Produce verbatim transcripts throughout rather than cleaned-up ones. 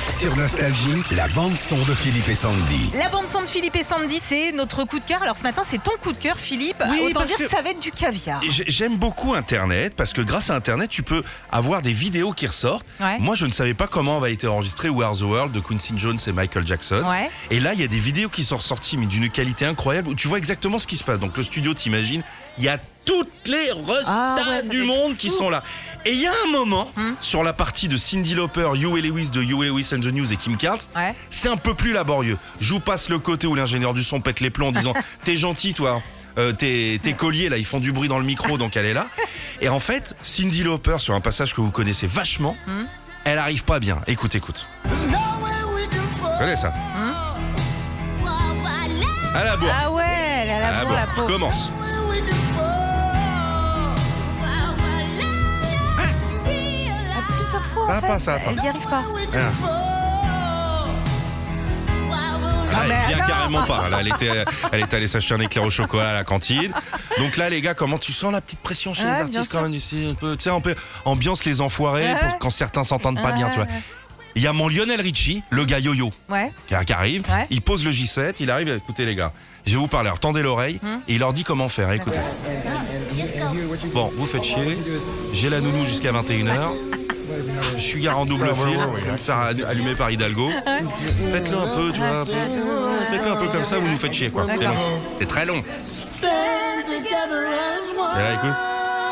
Sur Nostalgie, la bande-son de Philippe et Sandy. La bande-son de Philippe et Sandy, c'est notre coup de cœur. Alors ce matin, c'est ton coup de cœur, Philippe. Oui, Autant parce dire que... que ça va être du caviar. J'aime beaucoup Internet parce que grâce à Internet, tu peux avoir des vidéos qui ressortent. Ouais. Moi, je ne savais pas comment va été enregistré We Are the World de Quincy Jones et Michael Jackson. Ouais. Et là, il y a des vidéos qui sont ressorties, mais d'une qualité incroyable, où tu vois exactement ce qui se passe. Donc le studio, t'imagines, il y a toutes les restas Ah ouais, ça du doit monde être qui fou. sont là. Et il y a un moment, Hum. sur la partie de Cyndi Lauper, Huey Lewis de Huey Lewis and the News et Kim Carnes, Ouais. c'est un peu plus laborieux. Je vous passe le côté où l'ingénieur du son pète les plombs en disant « T'es gentil, toi euh, tes, tes colliers, là, ils font du bruit dans le micro, donc elle est là. » Et en fait, Cyndi Lauper, sur un passage que vous connaissez vachement, Hum. elle arrive pas bien. Écoute, écoute. Vous connaissez ça À la bourre. Ah ouais, elle a la À la bourre, la bourre. peau. Commence. Ah, plusieurs fois, Ça en va fait. pas, ça va pas. Elle n'y arrive pas. Voilà. Ah, mais elle vient alors carrément pas. Là, elle était, elle est allée s'acheter un éclair au chocolat à la cantine. Donc là, les gars, comment tu sens la petite pression chez Ouais, les bien artistes sûr. quand même ici, un peu, tu sais, un peu ambiance les enfoirés Ouais. pour quand certains s'entendent pas bien, tu vois. Ouais. Il y a mon Lionel Richie, le gars yo-yo, Ouais. qui qui arrive. Ouais. Il pose le J sept, il arrive. Écoutez les gars, je vais vous parler. Alors, tendez l'oreille Hum. et il leur dit comment faire. Écoutez. Bon, vous faites chier. J'ai la nounou jusqu'à vingt et une heures. Je suis gare en double fil. Je vais me faire allumer par Hidalgo. Faites-le un peu, tu vois. un peu. Faites-le un peu comme ça, vous nous faites chier, quoi. C'est long. C'est très long. Et là, écoute.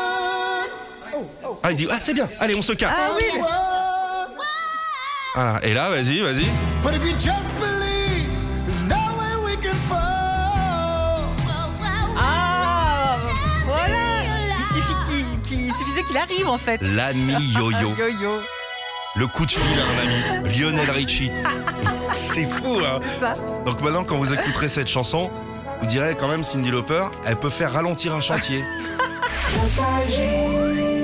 Ah, il dit, ah, c'est bien. Allez, on se casse. Ah oui. Voilà. Et là, vas-y, vas-y. But if you just believe, there's no way we can fall. Ah, voilà. Il suffit qu'il, qu'il suffisait qu'il arrive, en fait. L'ami yo-yo. Ah, yo-yo. Le coup de fil à mon ami. Lionel Richie. C'est fou, hein. Ça. Donc maintenant, quand vous écouterez cette chanson, vous direz quand même Cyndi Lauper, elle peut faire ralentir un chantier. Nostalgie.